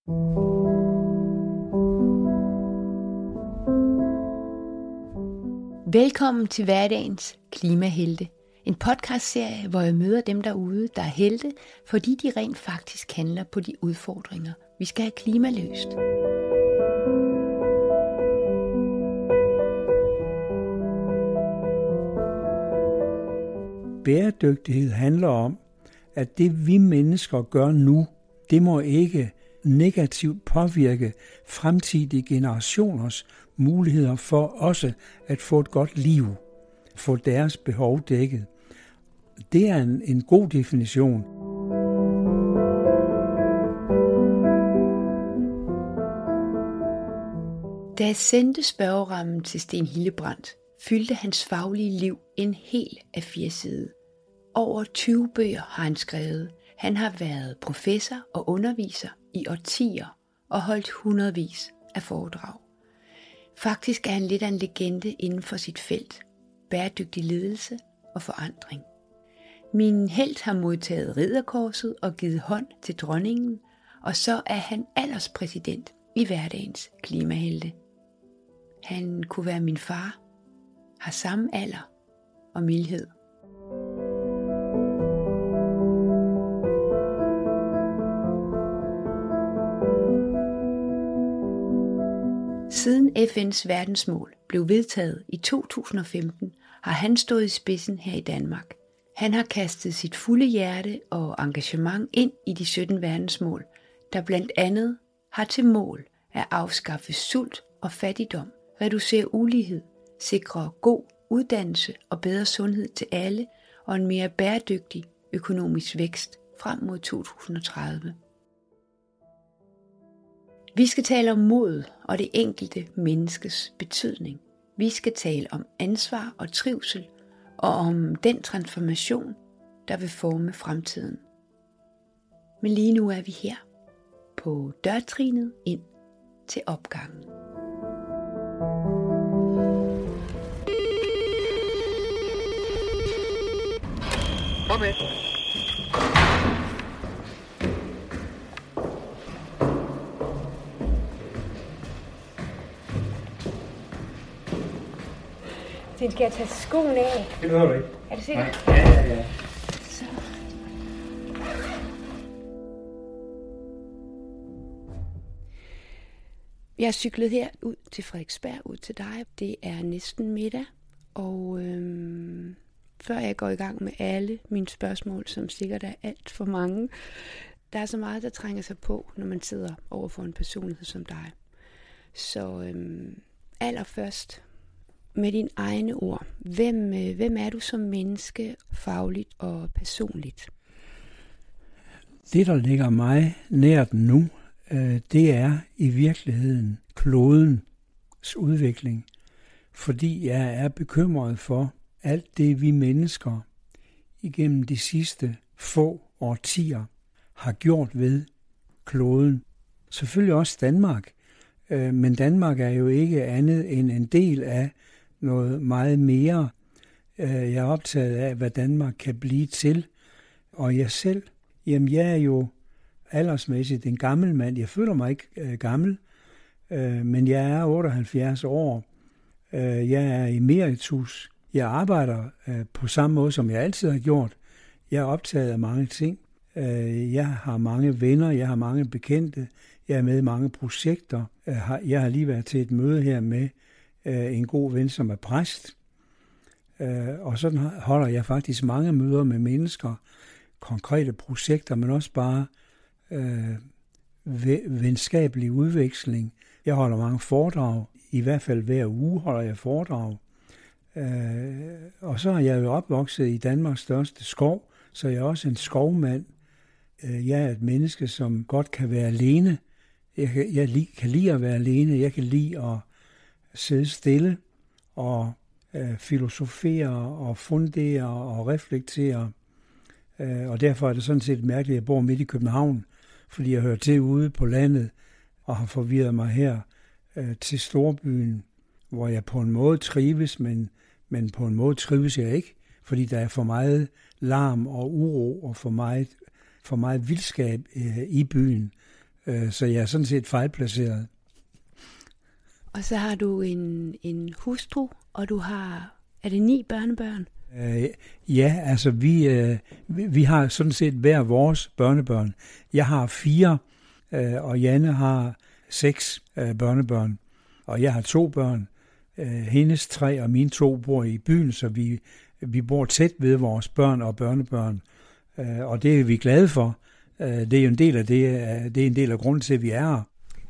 Velkommen til hverdagens klimahelte. En podcastserie, hvor jeg møder dem derude, der er helte, fordi de rent faktisk handler på de udfordringer, vi skal have klimaløst. Bæredygtighed handler om, at det vi mennesker gør nu, det må ikke negativt påvirke fremtidige generationers muligheder for også at få et godt liv, få deres behov dækket. Det er en god definition. Da jeg sendte spørgerammen til Sten Hildebrandt, fyldte hans faglige liv en hel A4-side. Over 20 bøger har han skrevet. Han har været professor og underviser i årtier og holdt hundredvis af foredrag. Faktisk er han lidt af en legende inden for sit felt, bæredygtig ledelse og forandring. Min helt har modtaget ridderkorset og givet hånd til dronningen, og så er han alderspræsident i hverdagens klimahelte. Han kunne være min far, har samme alder og mildhed. Siden FN's verdensmål blev vedtaget i 2015, har han stået i spidsen her i Danmark. Han har kastet sit fulde hjerte og engagement ind i de 17 verdensmål, der blandt andet har til mål at afskaffe sult og fattigdom, reducere ulighed, sikre god uddannelse og bedre sundhed til alle og en mere bæredygtig økonomisk vækst frem mod 2030. Vi skal tale om mod og det enkelte menneskes betydning. Vi skal tale om ansvar og trivsel og om den transformation, der vil forme fremtiden. Men lige nu er vi her på dørtrinet ind til opgangen. Kom med. Den skal jeg tage skoene af. Det behøver du ikke. Er det sikkert? Ja. Så. Jeg er cyklet her ud til Frederiksberg, ud til dig. Det er næsten middag, og før jeg går i gang med alle mine spørgsmål, som sikkert er alt for mange, der er så meget, der trænger sig på, når man sidder over for en personlighed som dig. Så allerførst, med dine egne ord, hvem er du som menneske, fagligt og personligt? Det, der ligger mig nært nu, det er i virkeligheden klodens udvikling. Fordi jeg er bekymret for alt det, vi mennesker igennem de sidste få årtier har gjort ved kloden. Selvfølgelig også Danmark, men Danmark er jo ikke andet end en del af noget meget mere. Jeg er optaget af, hvad Danmark kan blive til. Og jeg selv, jeg er jo aldersmæssigt en gammel mand. Jeg føler mig ikke gammel, men jeg er 78 år. Jeg er emeritus. Jeg arbejder på samme måde, som jeg altid har gjort. Jeg er optaget af mange ting. Jeg har mange venner, jeg har mange bekendte. Jeg er med i mange projekter. Jeg har lige været til et møde her med en god ven, som er præst. Og sådan holder jeg faktisk mange møder med mennesker, konkrete projekter, men også bare venskabelig udveksling. Jeg holder mange foredrag. I hvert fald hver uge holder jeg foredrag. Og så er jeg jo opvokset i Danmarks største skov, så jeg er også en skovmand. Jeg er et menneske, som godt kan være alene. Jeg kan lide at være alene. Jeg kan lide at sidde stille og filosofere og fundere og reflektere. Og derfor er det sådan set mærkeligt, at jeg bor midt i København, fordi jeg hører til ude på landet og har forvirret mig her til storbyen, hvor jeg på en måde trives, men på en måde trives jeg ikke, fordi der er for meget larm og uro og for meget vildskab i byen. Så jeg er sådan set fejlplaceret. Og så har du en hustru, og du har, er det 9 børnebørn? Ja, altså vi har sådan set hver vores børnebørn. Jeg har 4, og Janne har 6 børnebørn. Og jeg har 2 børn. Hendes 3 og mine 2 bor i byen, så vi bor tæt ved vores børn og børnebørn. Og det er vi glade for. Det er jo en del af det. Det er en del af grunden til, at vi er her.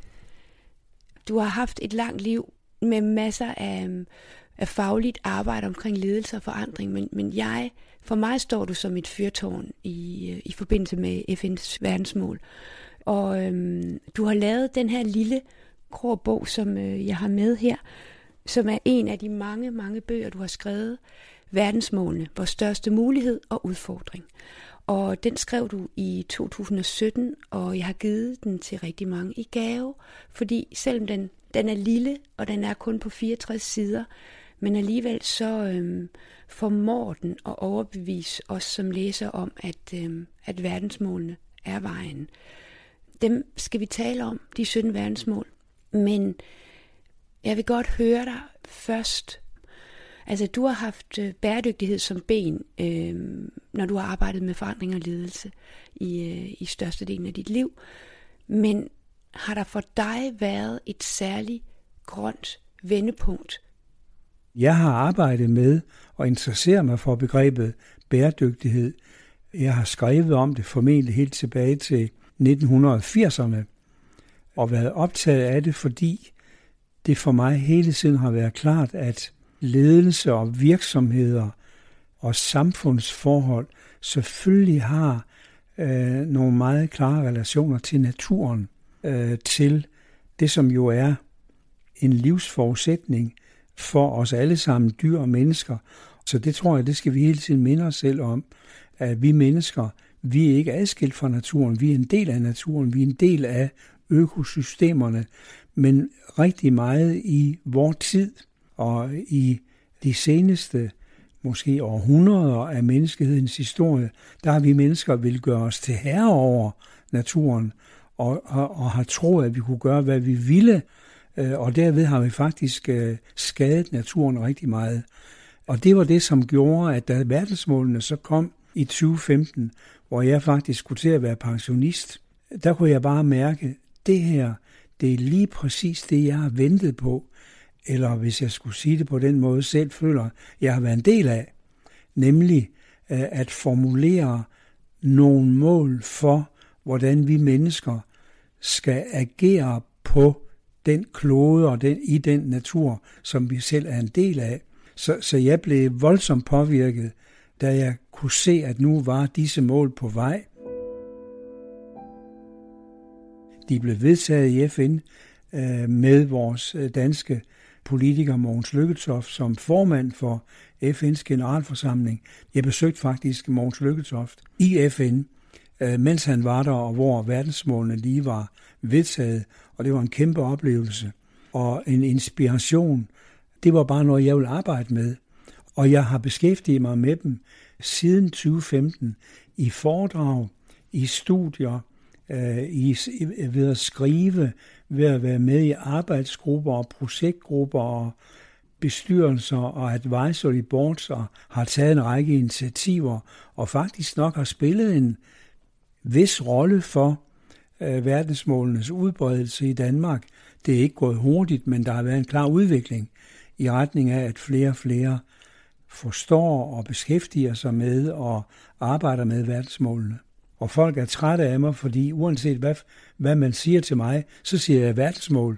Du har haft et langt liv med masser af fagligt arbejde omkring ledelse og forandring, men for mig står du som et fyrtårn i forbindelse med FN's verdensmål. Og du har lavet den her lille grå bog, som jeg har med her, som er en af de mange, mange bøger, du har skrevet, Verdensmålene, vores største mulighed og udfordring. Og den skrev du i 2017, og jeg har givet den til rigtig mange i gave, fordi selvom den er lille, og den er kun på 64 sider, men alligevel så formår den at overbevise os som læser om, at verdensmålene er vejen. Dem skal vi tale om, de 17 verdensmål, men jeg vil godt høre dig først. Altså, du har haft bæredygtighed som ben, når du har arbejdet med forandring og ledelse i størstedelen af dit liv. Men har der for dig været et særligt grønt vendepunkt? Jeg har arbejdet med og interesseret mig for begrebet bæredygtighed. Jeg har skrevet om det formentlig helt tilbage til 1980'erne og været optaget af det, fordi det for mig hele tiden har været klart, at ledelse og virksomheder og samfundsforhold selvfølgelig har nogle meget klare relationer til naturen, til det, som jo er en livsforudsætning for os alle sammen, dyr og mennesker. Så det tror jeg, det skal vi hele tiden minde os selv om, at vi mennesker, vi er ikke adskilt fra naturen, vi er en del af naturen, vi er en del af økosystemerne, men rigtig meget i vor tid og i de seneste måske århundreder af menneskehedens historie, der har vi mennesker vil gøre os til herre over naturen og har troet, at vi kunne gøre, hvad vi ville, og derved har vi faktisk skadet naturen rigtig meget. Og det var det, som gjorde, at da verdensmålene så kom i 2015, hvor jeg faktisk skulle til at være pensionist, der kunne jeg bare mærke, det her, det er lige præcis det, jeg har ventet på, eller hvis jeg skulle sige det på den måde, selv føler, jeg har været en del af, nemlig at formulere nogle mål for, hvordan vi mennesker skal agere på den klode og i den natur, som vi selv er en del af. Så jeg blev voldsomt påvirket, da jeg kunne se, at nu var disse mål på vej. De blev vedtaget i FN med vores danske politiker Mogens Lykketoft som formand for FN's generalforsamling. Jeg besøgte faktisk Mogens Lykketoft i FN, mens han var der, og hvor verdensmålene lige var vedtaget, og det var en kæmpe oplevelse og en inspiration. Det var bare noget, jeg ville arbejde med, og jeg har beskæftiget mig med dem siden 2015 i foredrag, i studier, ved at skrive, ved at være med i arbejdsgrupper og projektgrupper og bestyrelser og advisory boards, og har taget en række initiativer og faktisk nok har spillet en vis rolle for verdensmålenes udbredelse i Danmark. Det er ikke gået hurtigt, men der har været en klar udvikling i retning af, at flere og flere forstår og beskæftiger sig med og arbejder med verdensmålene. Og folk er trætte af mig, fordi uanset hvad man siger til mig, så siger jeg verdensmål.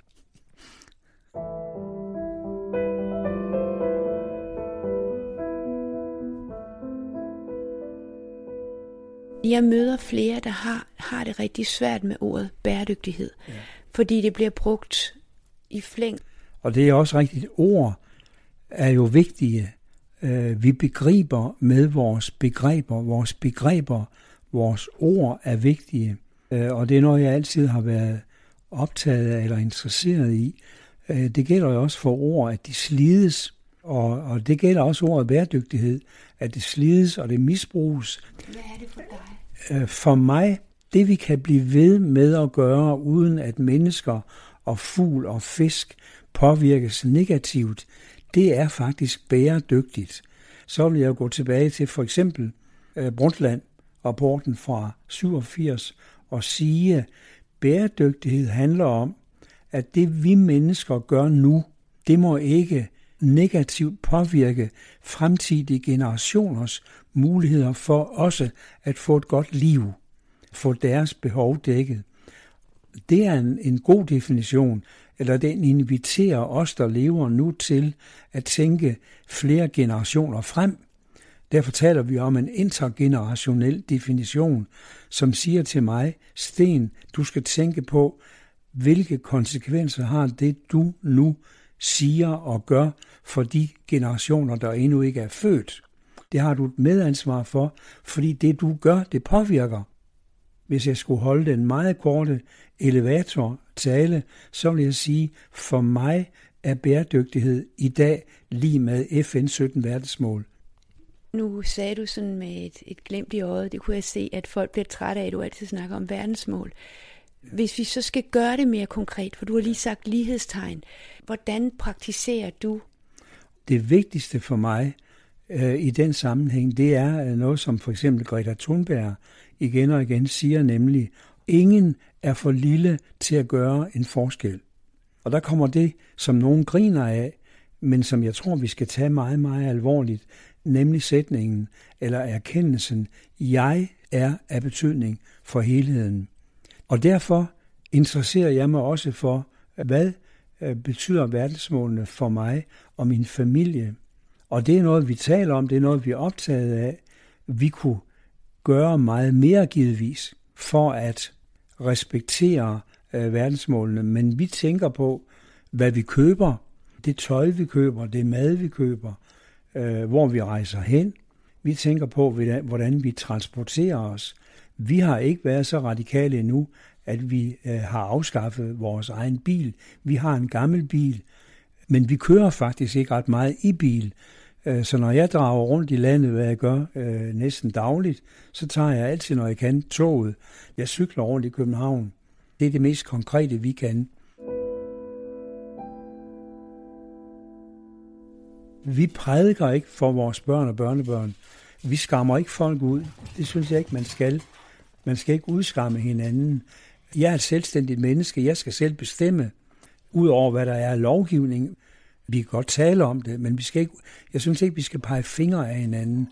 Jeg møder flere, der har det rigtig svært med ordet bæredygtighed, fordi det bliver brugt i flæng. Og det er også rigtigt. Ord er jo vigtige. Vi begriber med vores begreber, vores ord er vigtige. Og det er noget, jeg altid har været optaget af eller interesseret i. Det gælder jo også for ord, at de slides. Og det gælder også ordet bæredygtighed, at det slides og det misbruges. Hvad er det for dig? For mig Det vi kan blive ved med at gøre, uden at mennesker og fugl og fisk påvirkes negativt, det er faktisk bæredygtigt. Så vil jeg gå tilbage til for eksempel Brundtland-rapporten fra 87 og sige, at bæredygtighed handler om, at det vi mennesker gør nu, det må ikke negativt påvirke fremtidige generationers muligheder for også at få et godt liv, få deres behov dækket. Det er en god definition, eller den inviterer os, der lever nu, til at tænke flere generationer frem. Derfor taler vi om en intergenerationel definition, som siger til mig, Sten, du skal tænke på, hvilke konsekvenser har det, du nu siger og gør for de generationer, der endnu ikke er født. Det har du et medansvar for, fordi det, du gør, det påvirker. Hvis jeg skulle holde den meget korte elevatortale, så vil jeg sige, for mig er bæredygtighed i dag lige med FN 17 verdensmål. Nu sagde du sådan med et glimt i øjet, det kunne jeg se, at folk bliver trætte af, at du altid snakker om verdensmål. Hvis vi så skal gøre det mere konkret, for du har lige sagt lighedstegn, hvordan praktiserer du? Det vigtigste for mig i den sammenhæng, det er noget, som for eksempel Greta Thunberg igen og igen siger, nemlig, ingen er for lille til at gøre en forskel. Og der kommer det, som nogen griner af, men som jeg tror, vi skal tage meget, meget alvorligt, nemlig sætningen eller erkendelsen, jeg er af betydning for helheden. Og derfor interesserer jeg mig også for, hvad betyder verdensmålene for mig og min familie. Og det er noget, vi taler om, det er noget, vi er optaget af. Vi kunne gøre meget mere givetvis for at respektere verdensmålene, men vi tænker på, hvad vi køber, det tøj, vi køber, det mad, vi køber, hvor vi rejser hen. Vi tænker på, hvordan vi transporterer os. Vi har ikke været så radikale endnu, at vi har afskaffet vores egen bil. Vi har en gammel bil, men vi kører faktisk ikke ret meget i bil. Så når jeg drager rundt i landet, hvad jeg gør næsten dagligt, så tager jeg altid, når jeg kan, toget. Jeg cykler rundt i København. Det er det mest konkrete, vi kan. Vi prædiker ikke for vores børn og børnebørn. Vi skammer ikke folk ud. Det synes jeg ikke, man skal. Man skal ikke udskamme hinanden. Jeg er et selvstændigt menneske. Jeg skal selv bestemme, ud over hvad der er lovgivning. Vi kan godt tale om det, men jeg synes ikke, vi skal pege fingre af hinanden.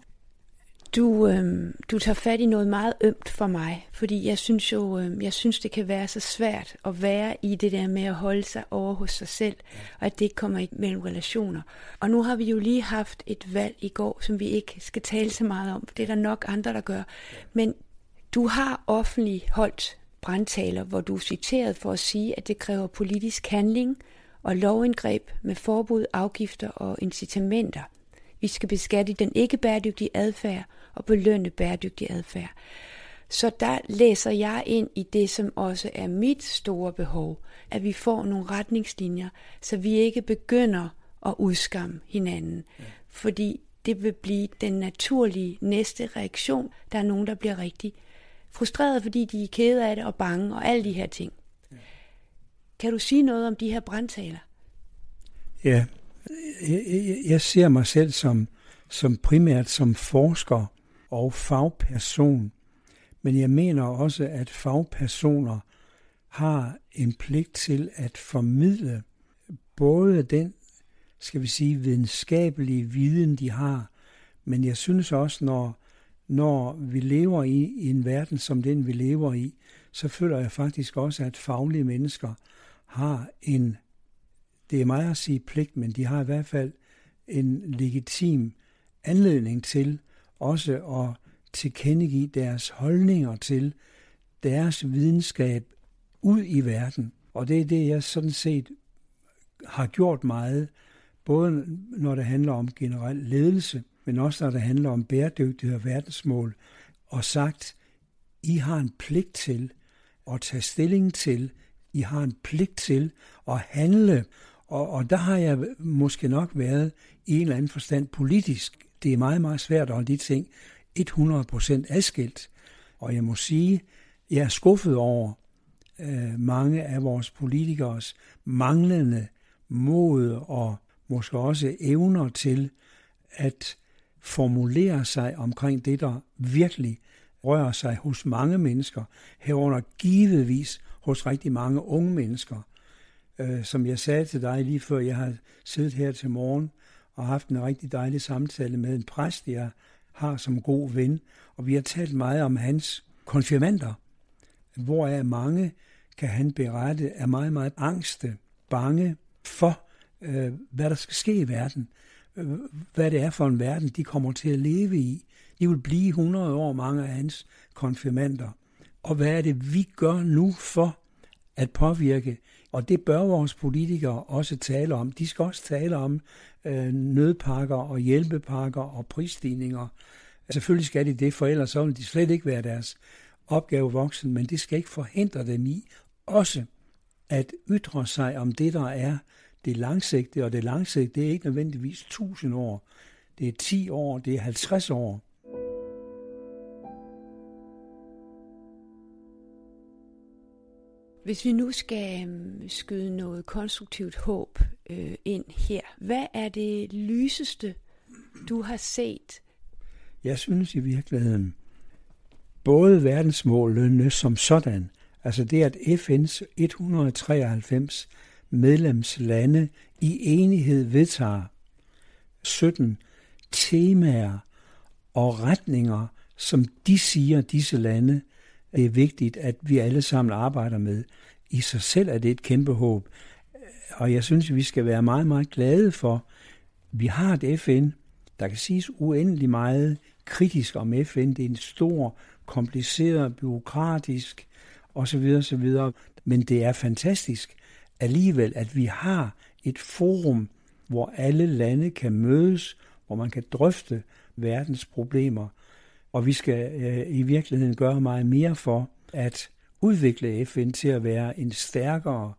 Du tager fat i noget meget ømt for mig, fordi jeg synes det kan være så svært at være i det der med at holde sig over hos sig selv, og at det ikke kommer mellem relationer. Og nu har vi jo lige haft et valg i går, som vi ikke skal tale så meget om, for det er der nok andre, der gør. Men du har offentligt holdt brandtaler, hvor du er citeret for at sige, at det kræver politisk handling og lovindgreb med forbud, afgifter og incitamenter. Vi skal beskatte den ikke bæredygtige adfærd og belønne bæredygtig adfærd. Så der læser jeg ind i det, som også er mit store behov, at vi får nogle retningslinjer, så vi ikke begynder at udskamme hinanden. Ja. Fordi det vil blive den naturlige næste reaktion. Der er nogen, der bliver rigtig frustreret, fordi de er kede af det og bange og alle de her ting. Ja. Kan du sige noget om de her brandtaler? Ja, jeg ser mig selv som primært som forsker og fagperson, men jeg mener også, at fagpersoner har en pligt til at formidle både den, skal vi sige, videnskabelige viden, de har, men jeg synes også, når vi lever i en verden som den, vi lever i, så føler jeg faktisk også, at faglige mennesker har det er meget at sige pligt, men de har i hvert fald en legitim anledning til også at tilkendegive deres holdninger til deres videnskab ud i verden. Og det er det, jeg sådan set har gjort meget, både når det handler om generel ledelse, men også når det handler om bæredygtighed og verdensmål, og sagt, I har en pligt til at tage stilling til, I har en pligt til at handle, og der har jeg måske nok været i en eller anden forstand politisk. Det er meget, meget svært at holde de ting 100% adskilt. Og jeg må sige, Jeg er skuffet over mange af vores politikers manglende mod og måske også evner til at formulere sig omkring det, der virkelig rører sig hos mange mennesker, herunder givetvis hos rigtig mange unge mennesker. Som jeg sagde til dig lige før, jeg har siddet her til morgen og haft en rigtig dejlig samtale med en præst, jeg har som god ven, og vi har talt meget om hans konfirmander, hvoraf mange, kan han berette, er meget, meget angste, bange for, hvad der skal ske i verden, hvad det er for en verden, de kommer til at leve i. De vil blive 100 år, mange af hans konfirmander. Og hvad er det, vi gør nu for at påvirke? Og det bør vores politikere også tale om. De skal også tale om nødpakker og hjælpepakker og prisstigninger. Selvfølgelig skal de det, for ellers så vil de slet ikke være deres opgave voksen, men det skal ikke forhindre dem i også at ytre sig om det, der er det langsigtede, og det langsigtede er ikke nødvendigvis 1000 år. Det er 10 år, det er 50 år. Hvis vi nu skal skyde noget konstruktivt håb ind her, hvad er det lyseste, du har set? Jeg synes i virkeligheden, både verdensmålene som sådan, altså det at FN's 193 medlemslande i enighed vedtager 17 temaer og retninger, som de siger, disse lande, det er vigtigt, at vi alle sammen arbejder med. I sig selv er det et kæmpe håb. Og jeg synes, vi skal være meget, meget glade for, vi har et FN, der kan siges uendelig meget kritisk om FN. Det er en stor, kompliceret, bureaukratisk osv. osv. Men det er fantastisk alligevel, at vi har et forum, hvor alle lande kan mødes, hvor man kan drøfte verdens problemer. Og vi skal i virkeligheden gøre meget mere for at udvikle FN til at være en stærkere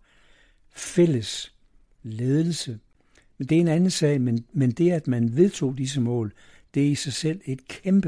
fælles ledelse. Men det er en anden sag, men det, at man vedtog disse mål, det er i sig selv et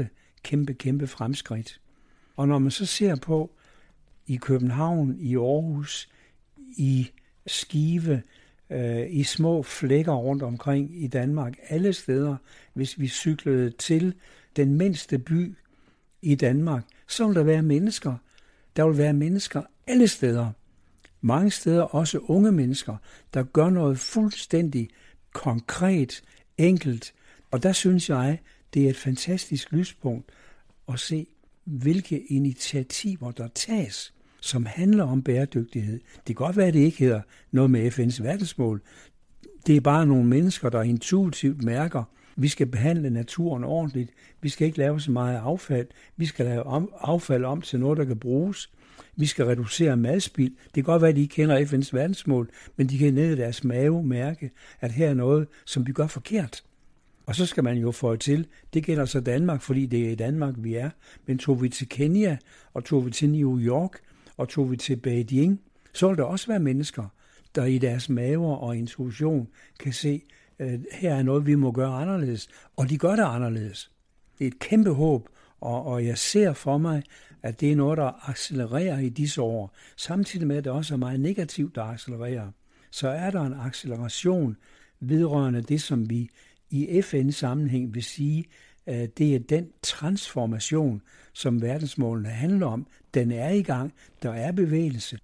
kæmpe fremskridt. Og når man så ser på i København, i Aarhus, i Skive, i små flækker rundt omkring i Danmark, alle steder, hvis vi cyklede til den mindste by i Danmark, så vil der være mennesker. Der vil være mennesker alle steder. Mange steder også unge mennesker, der gør noget fuldstændig konkret, enkelt. Og der synes jeg, det er et fantastisk lyspunkt at se, hvilke initiativer der tages, som handler om bæredygtighed. Det kan godt være, at det ikke hedder noget med FN's verdensmål. Det er bare nogle mennesker, der intuitivt mærker, vi skal behandle naturen ordentligt. Vi skal ikke lave så meget affald. Vi skal lave affald om til noget, der kan bruges. Vi skal reducere madspild. Det kan godt være, at de ikke kender FN's verdensmål, men de kan ned i deres mave mærke, at her er noget, som vi gør forkert. Og så skal man jo få til, det gælder så Danmark, fordi det er i Danmark, vi er. Men tog vi til Kenya, og tog vi til New York, og tog vi til Beijing, så vil der også være mennesker, der i deres maver og intuition kan se, her er noget, vi må gøre anderledes. Og de gør det anderledes. Det er et kæmpe håb, og jeg ser for mig, at det er noget, der accelererer i disse år. Samtidig med, at det også er meget negativt, der accelererer. Så er der en acceleration vedrørende det, som vi i FN-sammenhæng vil sige, det er den transformation, som verdensmålene handler om. Den er i gang. Der er bevægelse.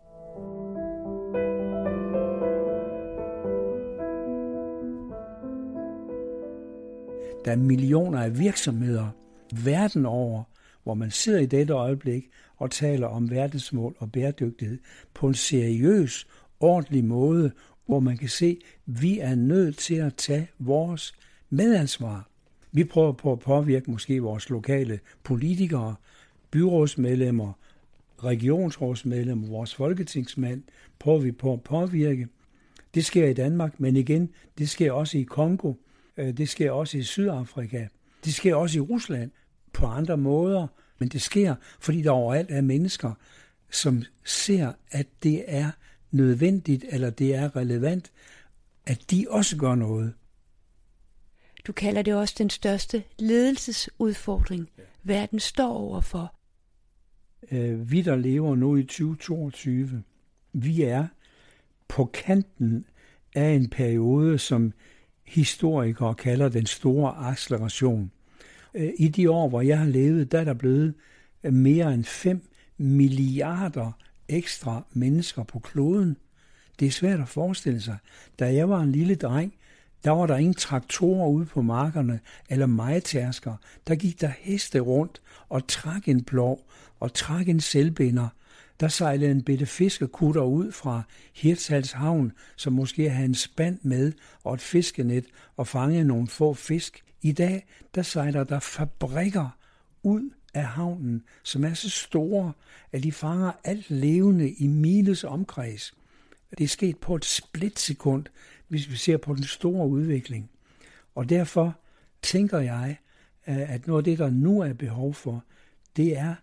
Der er millioner af virksomheder verden over, hvor man sidder i dette øjeblik og taler om verdensmål og bæredygtighed på en seriøs, ordentlig måde, hvor man kan se, at vi er nødt til at tage vores medansvar. Vi prøver på at påvirke måske vores lokale politikere, byrådsmedlemmer, regionsrådsmedlemmer, vores folketingsmand, prøver vi på at påvirke. Det sker i Danmark, men igen, det sker også i Kongo, det sker også i Sydafrika, det sker også i Rusland på andre måder, men det sker, fordi der overalt er mennesker, som ser, at det er nødvendigt, eller det er relevant, at de også gør noget. Du kalder det også den største ledelsesudfordring, verden står overfor. Vi, der lever nu i 2022, vi er på kanten af en periode, som historikere kalder den store acceleration. I de år, hvor jeg har levet, der er der blevet mere end 5 milliarder ekstra mennesker på kloden. Det er svært at forestille sig. Da jeg var en lille dreng, der var der ingen traktorer ude på markerne eller mejetærsker. Der gik der heste rundt og trak en plov og trak en selvbinder. Der sejlede en bitte fiskekutter ud fra Hirtshals havn, som måske havde en spand med og et fiskenet og fangede nogle få fisk. I dag, der sejler der fabrikker ud af havnen, som er så store, at de fanger alt levende i miles omkreds. Det er sket på et splitsekund, hvis vi ser på den store udvikling. Og derfor tænker jeg, at noget af det, der nu er behov for, det er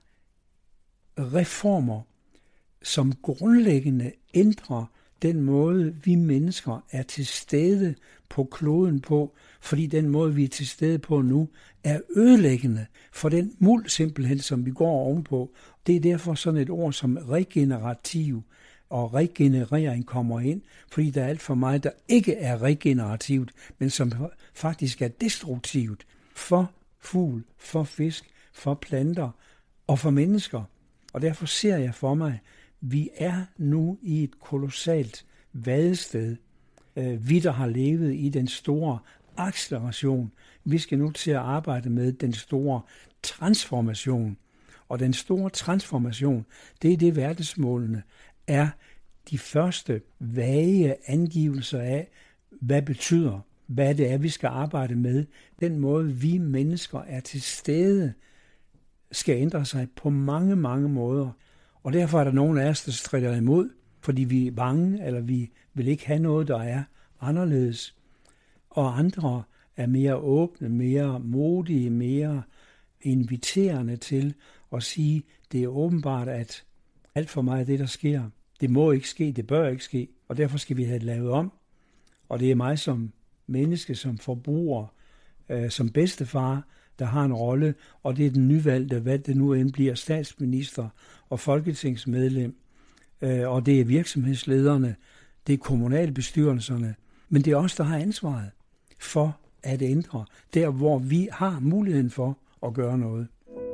reformer, som grundlæggende ændrer den måde, vi mennesker er til stede på kloden på, fordi den måde, vi er til stede på nu, er ødelæggende for den muld simpelthen, som vi går ovenpå. Det er derfor sådan et ord som regenerativ og regenerering kommer ind, fordi der er alt for meget, der ikke er regenerativt, men som faktisk er destruktivt for fugl, for fisk, for planter og for mennesker. Og derfor ser jeg for mig, vi er nu i et kolossalt vadested. Vi, der har levet i den store acceleration, vi skal nu til at arbejde med den store transformation. Og den store transformation, det er det verdensmålene er de første vage angivelser af, hvad betyder, hvad det er, vi skal arbejde med. Den måde, vi mennesker er til stede, skal ændre sig på mange, mange måder. Og derfor er der nogen af os, der strider imod, fordi vi er bange, eller vi vil ikke have noget, der er anderledes. Og andre er mere åbne, mere modige, mere inviterende til at sige, det er åbenbart, at alt for meget af det, der sker, det må ikke ske, det bør ikke ske, og derfor skal vi have det lavet om. Og det er mig som menneske, som forbruger, som bedstefar, der har en rolle, og det er den nyvalgte, hvad det nu end bliver, statsminister og folketingsmedlem, og det er virksomhedslederne, det er kommunalbestyrelserne, men det er os, der har ansvaret for at ændre, der hvor vi har muligheden for at gøre noget.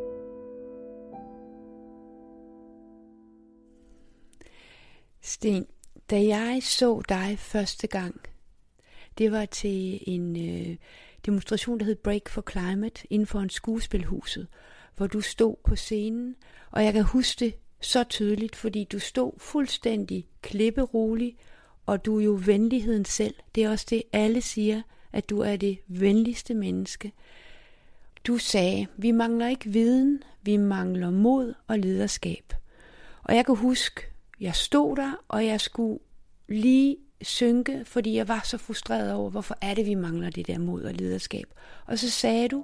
Sten, da jeg så dig første gang, det var til en demonstration, der hed Break for Climate, inden for en skuespilhuset, hvor du stod på scenen, og jeg kan huske det så tydeligt, fordi du stod fuldstændig klipperolig, og du er jo venligheden selv. Det er også det, alle siger, at du er det venligste menneske. Du sagde, vi mangler ikke viden, vi mangler mod og lederskab. Og jeg kan huske, jeg stod der, og jeg skulle lige synke, fordi jeg var så frustreret over, hvorfor er det, vi mangler det der mod og lederskab. Og så sagde du,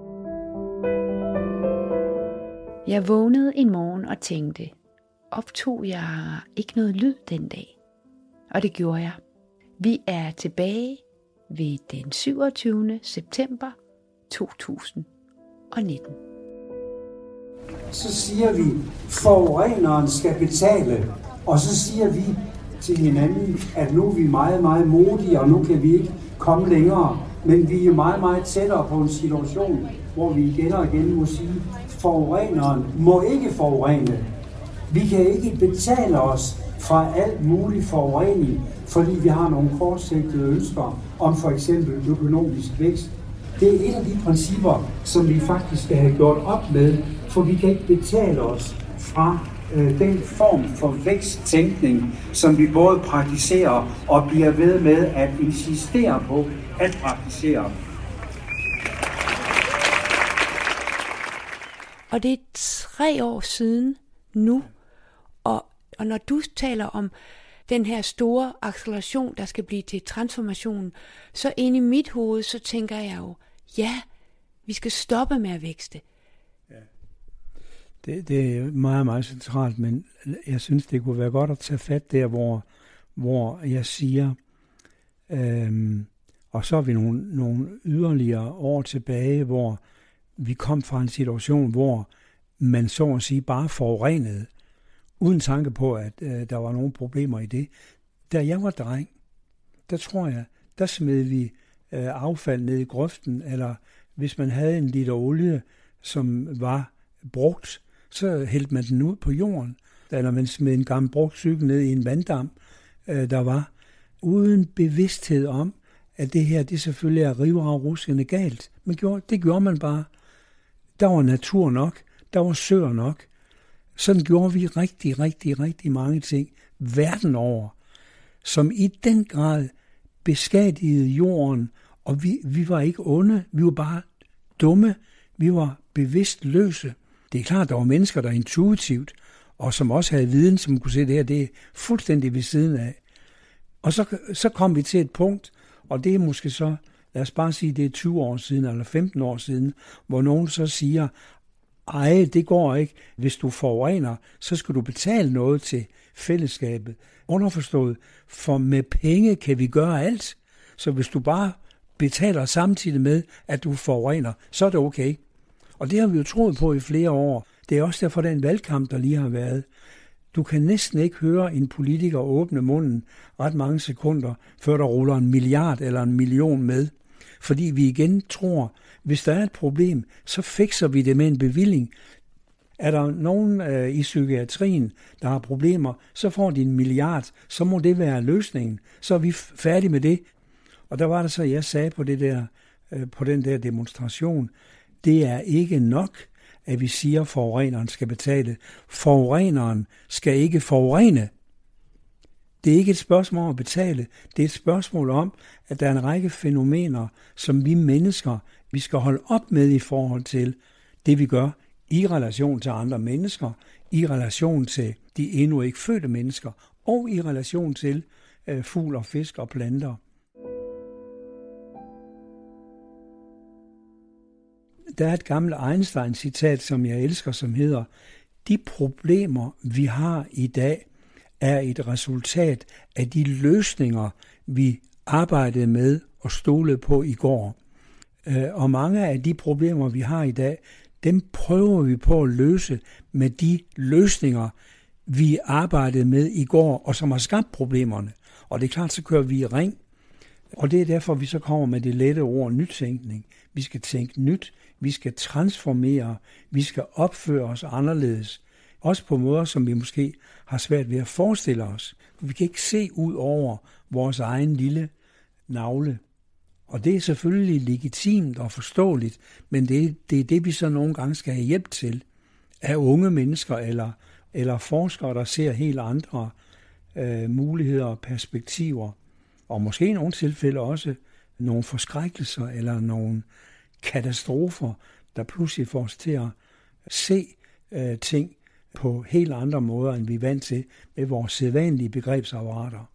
jeg vågnede en morgen og tænkte, optog jeg ikke noget lyd den dag? Og det gjorde jeg. Vi er tilbage ved den 27. september 2019. Så siger vi, forureneren skal betale, og så siger vi til hinanden, at nu er vi meget, meget modige, og nu kan vi ikke komme længere. Men vi er meget, meget tættere på en situation, hvor vi igen og igen må sige, forureneren må ikke forurene. Vi kan ikke betale os fra alt mulig forurening, fordi vi har nogle kortsigtede ønsker om for eksempel økonomisk vækst. Det er et af de principper, som vi faktisk skal have gjort op med, for vi kan ikke betale os fra den form for væksttænkning, som vi både praktiserer og bliver ved med at insistere på at praktisere. Og det er 3 år siden nu, og når du taler om den her store acceleration, der skal blive til transformation, så inde i mit hoved, så tænker jeg jo, ja, vi skal stoppe med at vækste. Det er meget, meget centralt, men jeg synes, det kunne være godt at tage fat der, hvor jeg siger, og så er vi nogle yderligere år tilbage, hvor vi kom fra en situation, hvor man så at sige bare forurenede, uden tanke på, at der var nogle problemer i det. Da jeg var dreng, der tror jeg, der smed vi affald ned i grøften, eller hvis man havde en liter olie, som var brugt, så hældte man den ud på jorden, eller man smed en gammel brugt cykel ned i en vanddam, der var, uden bevidsthed om, at det her, det selvfølgelig er rivravruskende galt. Men det gjorde man bare. Der var natur nok, der var søer nok. Sådan gjorde vi rigtig, rigtig, rigtig mange ting verden over, som i den grad beskadigede jorden, og vi var ikke onde, vi var bare dumme, vi var bevidstløse. Det er klart, der var mennesker, der intuitivt, og som også havde viden, som kunne se det her, det er fuldstændig ved siden af. Og så kom vi til et punkt, og det er måske så, lad os bare sige, det er 20 år siden, eller 15 år siden, hvor nogen så siger, ej, det går ikke. Hvis du forurener, så skal du betale noget til fællesskabet. Underforstået, for med penge kan vi gøre alt. Så hvis du bare betaler samtidig med, at du forurener, så er det okay. Og det har vi jo troet på i flere år. Det er også derfor, den valgkamp, der lige har været. Du kan næsten ikke høre en politiker åbne munden ret mange sekunder, før der ruller 1 milliard eller 1 million med. Fordi vi igen tror, hvis der er et problem, så fikser vi det med en bevilling. Er der nogen i psykiatrien, der har problemer, så får de 1 milliard, så må det være løsningen. Så er vi færdige med det. Og der var det så, jeg sagde på den der demonstration, det er ikke nok, at vi siger, at forureneren skal betale. Forureneren skal ikke forurene. Det er ikke et spørgsmål om at betale. Det er et spørgsmål om, at der er en række fænomener, som vi mennesker, vi skal holde op med i forhold til det, vi gør i relation til andre mennesker, i relation til de endnu ikke fødte mennesker, og i relation til fugl og fisk og planter. Der er et gammelt Einstein-citat, som jeg elsker, som hedder, de problemer, vi har i dag, er et resultat af de løsninger, vi arbejdede med og stolede på i går. Og mange af de problemer, vi har i dag, dem prøver vi på at løse med de løsninger, vi arbejdede med i går, og som har skabt problemerne. Og det er klart, så kører vi i ring. Og det er derfor, vi så kommer med det lette ord nytænkning. Vi skal tænke nyt, vi skal transformere, vi skal opføre os anderledes. Også på måder, som vi måske har svært ved at forestille os. Vi kan ikke se ud over vores egen lille navle. Og det er selvfølgelig legitimt og forståeligt, men det er det, vi så nogle gange skal have hjælp til. Af unge mennesker eller forskere, der ser helt andre muligheder og perspektiver. Og måske i nogle tilfælde også nogle forskrækkelser eller nogle katastrofer, der pludselig får os til at se ting på helt andre måder, end vi er vant til med vores sædvanlige begrebsapparater.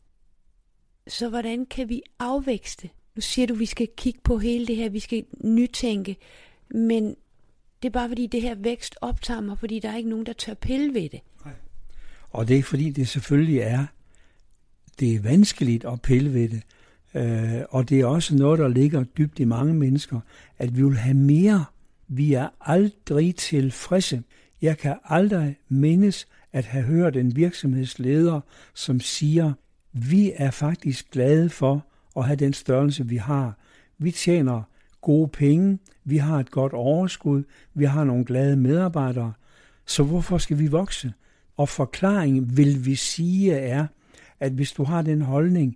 Så hvordan kan vi afvækste? Nu siger du, at vi skal kigge på hele det her, vi skal nytænke, men det er bare fordi, det her vækst optager mig, fordi der er ikke nogen, der tør pille ved det. Nej. Og det er fordi, det selvfølgelig det er vanskeligt at pille ved det. Og det er også noget, der ligger dybt i mange mennesker, at vi vil have mere. Vi er aldrig tilfredse. Jeg kan aldrig mindes at have hørt en virksomhedsleder, som siger, vi er faktisk glade for at have den størrelse, vi har. Vi tjener gode penge, vi har et godt overskud, vi har nogle glade medarbejdere. Så hvorfor skal vi vokse? Og forklaringen vil vi sige er, at hvis du har den holdning,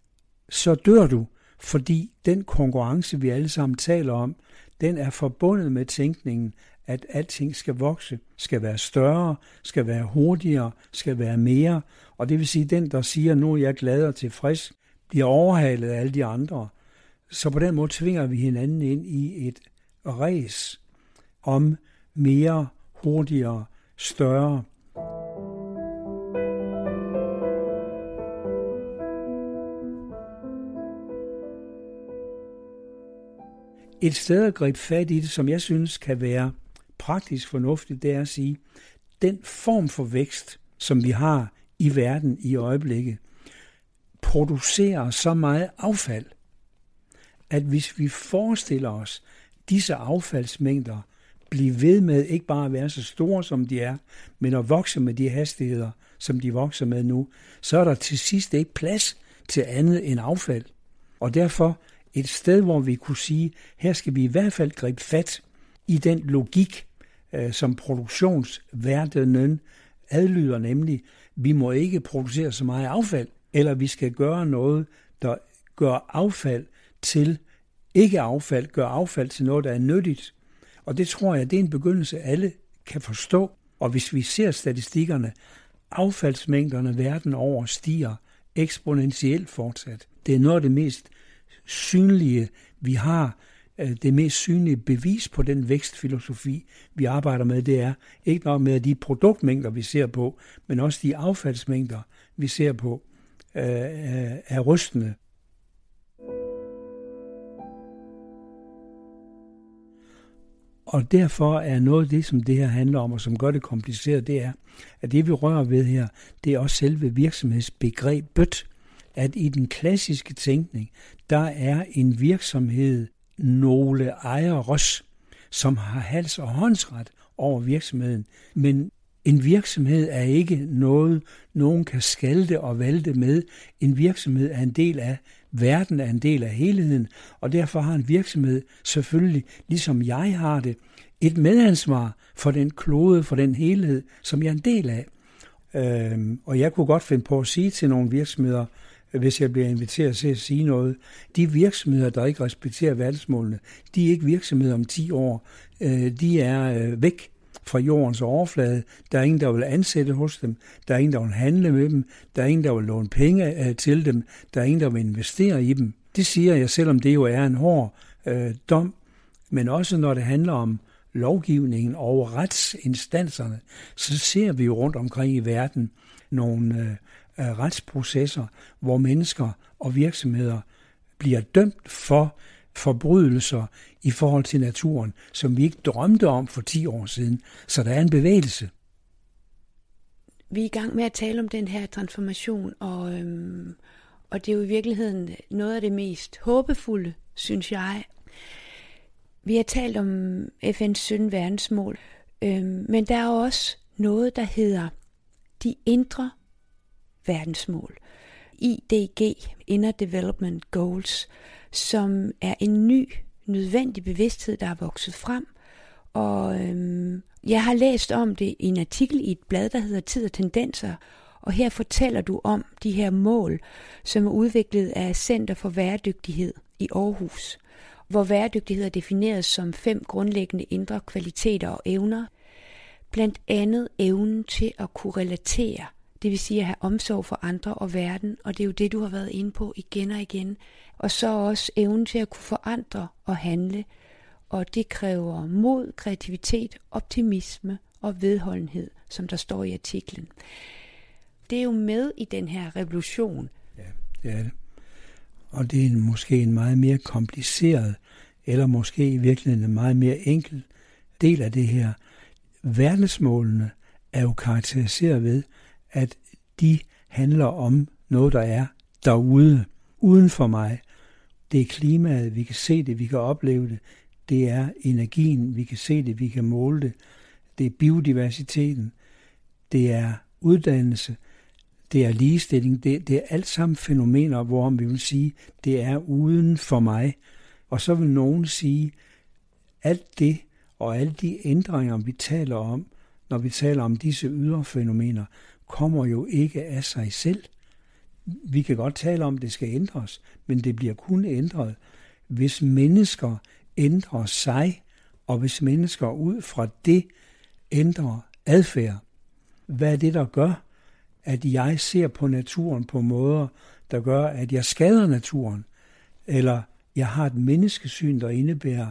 så dør du, fordi den konkurrence, vi alle sammen taler om, den er forbundet med tænkningen, at alting skal vokse, skal være større, skal være hurtigere, skal være mere. Og det vil sige, den, der siger, nu er jeg glad og tilfreds, bliver overhalet af alle de andre. Så på den måde tvinger vi hinanden ind i et ræs om mere, hurtigere, større. Et sted at gribe fat i det, som jeg synes kan være praktisk fornuftigt, det er at sige, den form for vækst, som vi har i verden i øjeblikket, producerer så meget affald, at hvis vi forestiller os disse affaldsmængder blive ved med ikke bare at være så store, som de er, men at vokse med de hastigheder, som de vokser med nu, så er der til sidst ikke plads til andet end affald. Og derfor et sted, hvor vi kunne sige, her skal vi i hvert fald gribe fat i den logik, som produktionsverdenen adlyder, nemlig, vi må ikke producere så meget affald, eller vi skal gøre noget, der gør affald til ikke affald, gør affald til noget, der er nyttigt. Og det tror jeg, det er en begyndelse, alle kan forstå. Og hvis vi ser statistikkerne, affaldsmængderne verden over stiger eksponentielt fortsat. Det er noget af det mest synlige, vi har. Det mest synlige bevis på den vækstfilosofi, vi arbejder med, det er ikke nok med de produktmængder, vi ser på, men også de affaldsmængder, vi ser på, er rystende. Og derfor er noget af det, som det her handler om, og som gør det kompliceret, det er, at det vi rører ved her, det er også selve virksomhedsbegrebet, at i den klassiske tænkning, der er en virksomhed nogle ejeres, som har hals- og håndsret over virksomheden. Men en virksomhed er ikke noget, nogen kan skalte og valte med. En virksomhed er en del af verden, er en del af helheden, og derfor har en virksomhed selvfølgelig, ligesom jeg har det, et medansvar for den klode, for den helhed, som jeg er en del af. Og jeg kunne godt finde på at sige til nogle virksomheder, hvis jeg bliver inviteret til at sige noget, de virksomheder, der ikke respekterer verdensmålene, de er ikke virksomheder om 10 år. De er væk fra jordens overflade. Der er ingen, der vil ansætte hos dem. Der er ingen, der vil handle med dem. Der er ingen, der vil låne penge til dem. Der er ingen, der vil investere i dem. Det siger jeg, selvom det jo er en hård dom. Men også når det handler om lovgivningen og retsinstanserne, så ser vi jo rundt omkring i verden nogle retsprocesser, hvor mennesker og virksomheder bliver dømt for forbrydelser i forhold til naturen, som vi ikke drømte om for 10 år siden. Så der er en bevægelse. Vi er i gang med at tale om den her transformation, og det er jo i virkeligheden noget af det mest håbefulde, synes jeg. Vi har talt om FN's 17 verdensmål, men der er også noget, der hedder de indre verdensmål. IDG, Inner Development Goals, som er en ny, nødvendig bevidsthed, der er vokset frem. Og jeg har læst om det i en artikel i et blad, der hedder Tid og Tendenser, og her fortæller du om de her mål, som er udviklet af Center for Bæredygtighed i Aarhus, hvor bæredygtighed er defineret som 5 grundlæggende indre kvaliteter og evner, blandt andet evnen til at kunne relatere, det vil sige at have omsorg for andre og verden, og det er jo det, du har været inde på igen og igen. Og så også evnen til at kunne forandre og handle, og det kræver mod, kreativitet, optimisme og vedholdenhed, som der står i artiklen. Det er jo med i den her revolution. Ja, det er det. Og det er måske en meget mere kompliceret, eller måske i virkeligheden en meget mere enkel del af det her. Verdensmålene er jo karakteriseret ved, at de handler om noget, der er derude, uden for mig. Det er klimaet, vi kan se det, vi kan opleve det. Det er energien, vi kan se det, vi kan måle det. Det er biodiversiteten. Det er uddannelse. Det er ligestilling. Det er alt sammen fænomener, hvorom vi vil sige, det er uden for mig. Og så vil nogen sige, alt det og alle de ændringer, vi taler om, når vi taler om disse ydre fænomener, kommer jo ikke af sig selv. Vi kan godt tale om, at det skal ændres, men det bliver kun ændret, hvis mennesker ændrer sig, og hvis mennesker ud fra det ændrer adfærd. Hvad er det, der gør, at jeg ser på naturen på måder, der gør, at jeg skader naturen, eller jeg har et menneskesyn, der indebærer,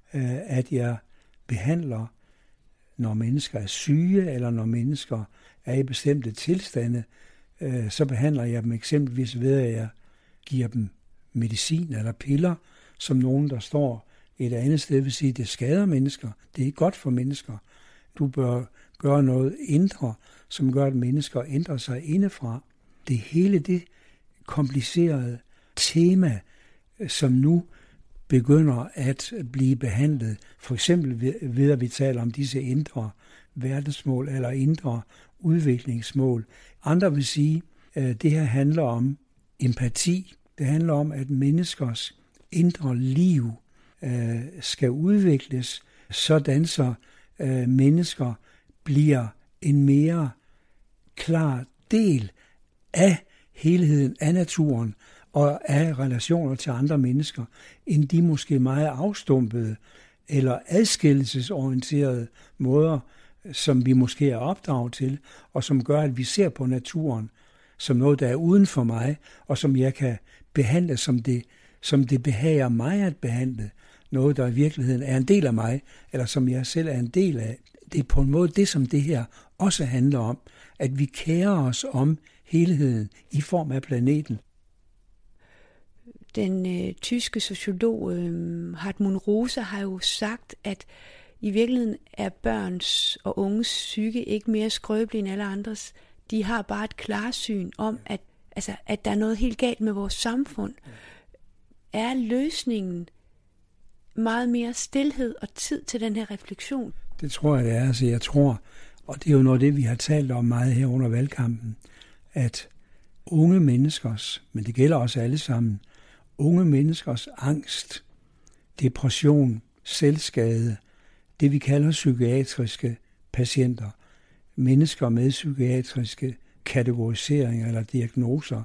at jeg behandler, når mennesker er syge, eller når mennesker er i bestemte tilstande, så behandler jeg dem eksempelvis ved, at jeg giver dem medicin eller piller, som nogen, der står et andet sted, vil sige, at det skader mennesker. Det er ikke godt for mennesker. Du bør gøre noget indre, som gør, at mennesker ændrer sig indefra. Det hele det komplicerede tema, som nu begynder at blive behandlet, for eksempel ved at vi taler om disse indre verdensmål eller indre udviklingsmål. Andre vil sige, at det her handler om empati. Det handler om, at menneskers indre liv skal udvikles, sådan så mennesker bliver en mere klar del af helheden, af naturen og af relationer til andre mennesker, end de måske meget afstumpede eller adskillelsesorienterede måder, som vi måske er opdraget til, og som gør, at vi ser på naturen som noget, der er uden for mig, og som jeg kan behandle, som det behager mig at behandle. Noget, der i virkeligheden er en del af mig, eller som jeg selv er en del af. Det er på en måde det, som det her også handler om, at vi kærer os om helheden i form af planeten. Den tyske sociolog Hartmut Rosa har jo sagt, at i virkeligheden er børns og unges psyke ikke mere skrøbelig end alle andres. De har bare et klarsyn om, at der er noget helt galt med vores samfund. Er løsningen meget mere stilhed og tid til den her refleksion? Det tror jeg, det er. Altså, jeg tror, og det er jo noget af det, vi har talt om meget her under valgkampen, at unge menneskers, men det gælder også alle sammen, unge menneskers angst, depression, selvskade, det vi kalder psykiatriske patienter, mennesker med psykiatriske kategoriseringer eller diagnoser,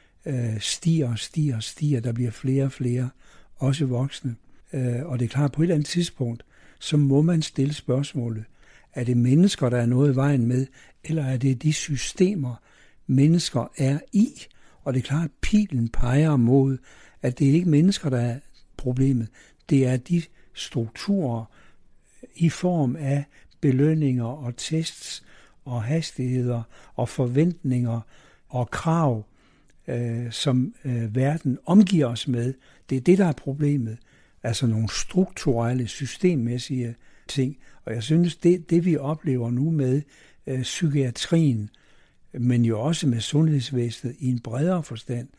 stiger. Der bliver flere og flere, også voksne. Og det er klart, på et eller andet tidspunkt, så må man stille spørgsmålet, er det mennesker, der er noget i vejen med, eller er det de systemer, mennesker er i? Og det er klart, at pilen peger mod, at det er ikke mennesker, der er problemet. Det er de strukturer i form af belønninger og tests og hastigheder og forventninger og krav, som verden omgiver os med. Det er det, der er problemet. Altså nogle strukturelle, systemmæssige ting. Og jeg synes, det vi oplever nu med psykiatrien, men jo også med sundhedsvæsenet i en bredere forstand,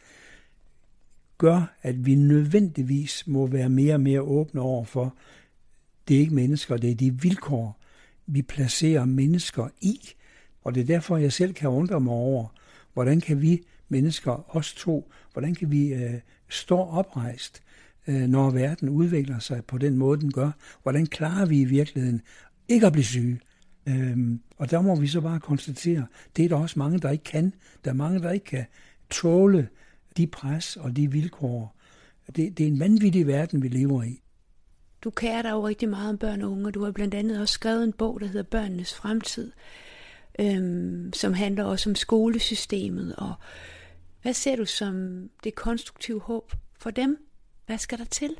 gør, at vi nødvendigvis må være mere og mere åbne over for, det er ikke mennesker, det er de vilkår, vi placerer mennesker i. Og det er derfor, jeg selv kan undre mig over, hvordan kan vi mennesker, os to, hvordan kan vi stå oprejst, når verden udvikler sig på den måde, den gør? Hvordan klarer vi i virkeligheden ikke at blive syge? Og der må vi så bare konstatere, det er der også mange, der ikke kan. Der er mange, der ikke kan tåle de pres og de vilkår. Det er en vanvittig verden, vi lever i. Du kærer dig jo rigtig meget om børn og unge, og du har blandt andet også skrevet en bog, der hedder Børnenes Fremtid, som handler også om skolesystemet. Og hvad ser du som det konstruktive håb for dem? Hvad skal der til?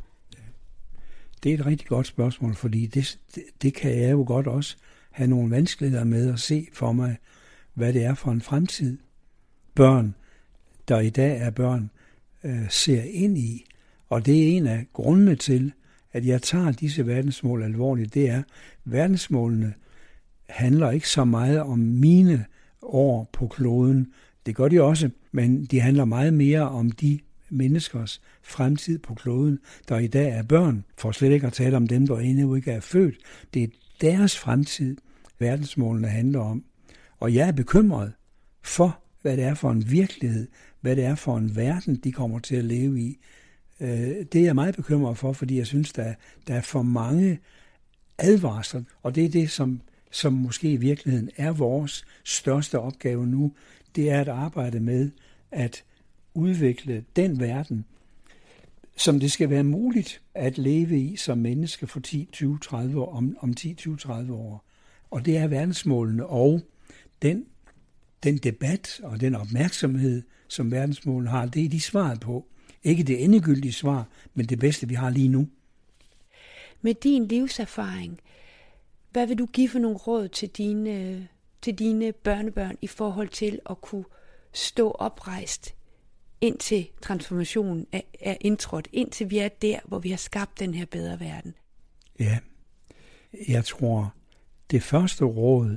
Det er et rigtig godt spørgsmål, fordi det kan jeg jo godt også have nogle vanskeligheder med at se for mig, hvad det er for en fremtid. Børn, der i dag er børn, ser ind i. Og det er en af grundene til, at jeg tager disse verdensmål alvorligt. Det er, verdensmålene handler ikke så meget om mine år på kloden. Det gør de også, men de handler meget mere om de menneskers fremtid på kloden, der i dag er børn, for slet ikke at tale om dem, der endnu ikke er født. Det er deres fremtid, verdensmålene handler om. Og jeg er bekymret for, hvad det er for en virkelighed, hvad det er for en verden, de kommer til at leve i. Det er jeg meget bekymret for, fordi jeg synes, der er for mange advarsler, og det er det, som måske i virkeligheden er vores største opgave nu, det er at arbejde med at udvikle den verden, som det skal være muligt at leve i som menneske for 10-20-30 år, om 10-20-30 år. Og det er verdensmålene og den debat og den opmærksomhed, som verdensmålene har, det er de svaret på. Ikke det endegyldige svar, men det bedste, vi har lige nu. Med din livserfaring, hvad vil du give for nogle råd til dine børnebørn i forhold til at kunne stå oprejst, indtil transformationen er indtrådt, indtil vi er der, hvor vi har skabt den her bedre verden? Ja, jeg tror, det første råd,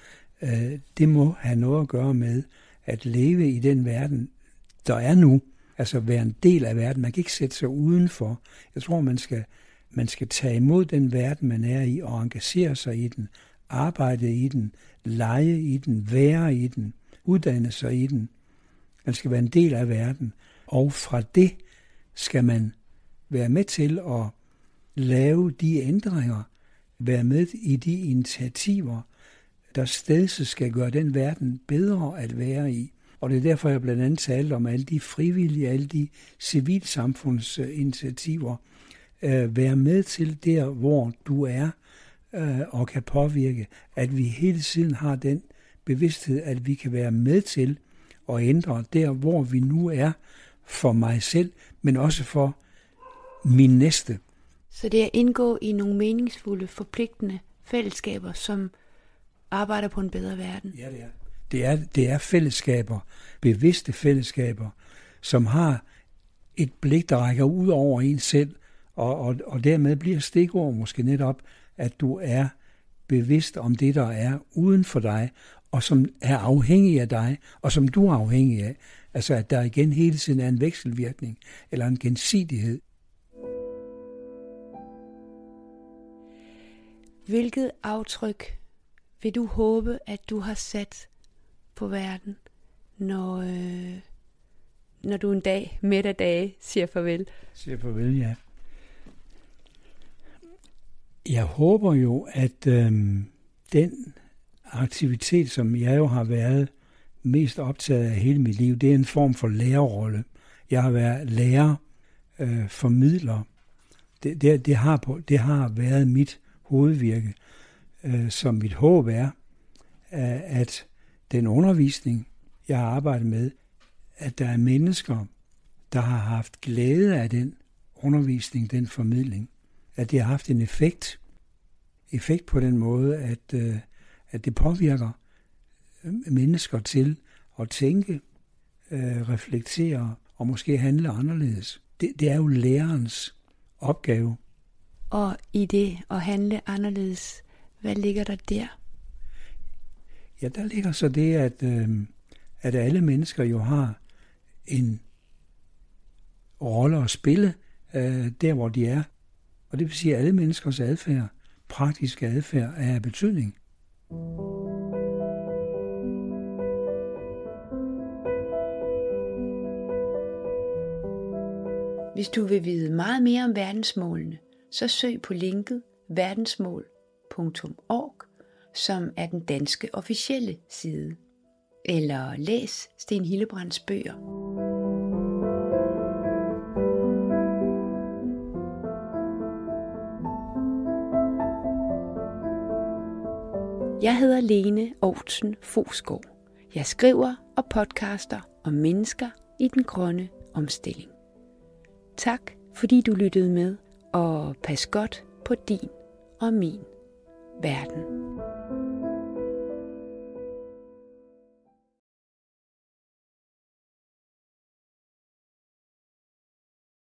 det må have noget at gøre med at leve i den verden, der er nu, Altså være en del af verden. Man kan ikke sætte sig udenfor. Jeg tror, man skal tage imod den verden, man er i, og engagere sig i den, arbejde i den, lege i den, være i den, uddanne sig i den. Man skal være en del af verden. Og fra det skal man være med til at lave de ændringer, være med i de initiativer, der stedse skal gøre den verden bedre at være i. Og det er derfor, jeg blandt andet talte om alle de frivillige, alle de civilsamfundsinitiativer. Være med til der, hvor du er og kan påvirke, at vi hele tiden har den bevidsthed, at vi kan være med til at ændre der, hvor vi nu er for mig selv, men også for min næste. Så det er at indgå i nogle meningsfulde, forpligtende fællesskaber, som arbejder på en bedre verden. Ja, det er. Det er fællesskaber, bevidste fællesskaber, som har et blik, der rækker ud over en selv, og dermed bliver stikord måske netop, at du er bevidst om det, der er uden for dig, og som er afhængig af dig, og som du er afhængig af. Altså at der igen hele tiden er en vekselvirkning, eller en gensidighed. Hvilket aftryk vil du håbe, at du har sat på verden, når du en dag, midt af dage, siger farvel? Siger farvel, ja. Jeg håber jo, at den aktivitet, som jeg jo har været mest optaget af hele mit liv, det er en form for lærerrolle. Jeg har været lærer, formidler. Det har været mit hovedvirke. Så mit håb er, at den undervisning, jeg har arbejdet med, at der er mennesker, der har haft glæde af den undervisning, den formidling. At det har haft en effekt på den måde, at det påvirker mennesker til at tænke, reflektere og måske handle anderledes. Det er jo lærerens opgave. Og i det at handle anderledes, hvad ligger der der? Ja, der ligger så det, at alle mennesker jo har en rolle at spille der, hvor de er. Og det vil sige, at alle menneskers adfærd, praktiske adfærd, er af betydning. Hvis du vil vide meget mere om verdensmålene, så søg på linket verdensmål.org, som er den danske officielle side. Eller læs Sten Hildebrands bøger. Jeg hedder Lene Oudsen Fosgaard. Jeg skriver og podcaster om mennesker i den grønne omstilling. Tak fordi du lyttede med, og pas godt på din og min verden.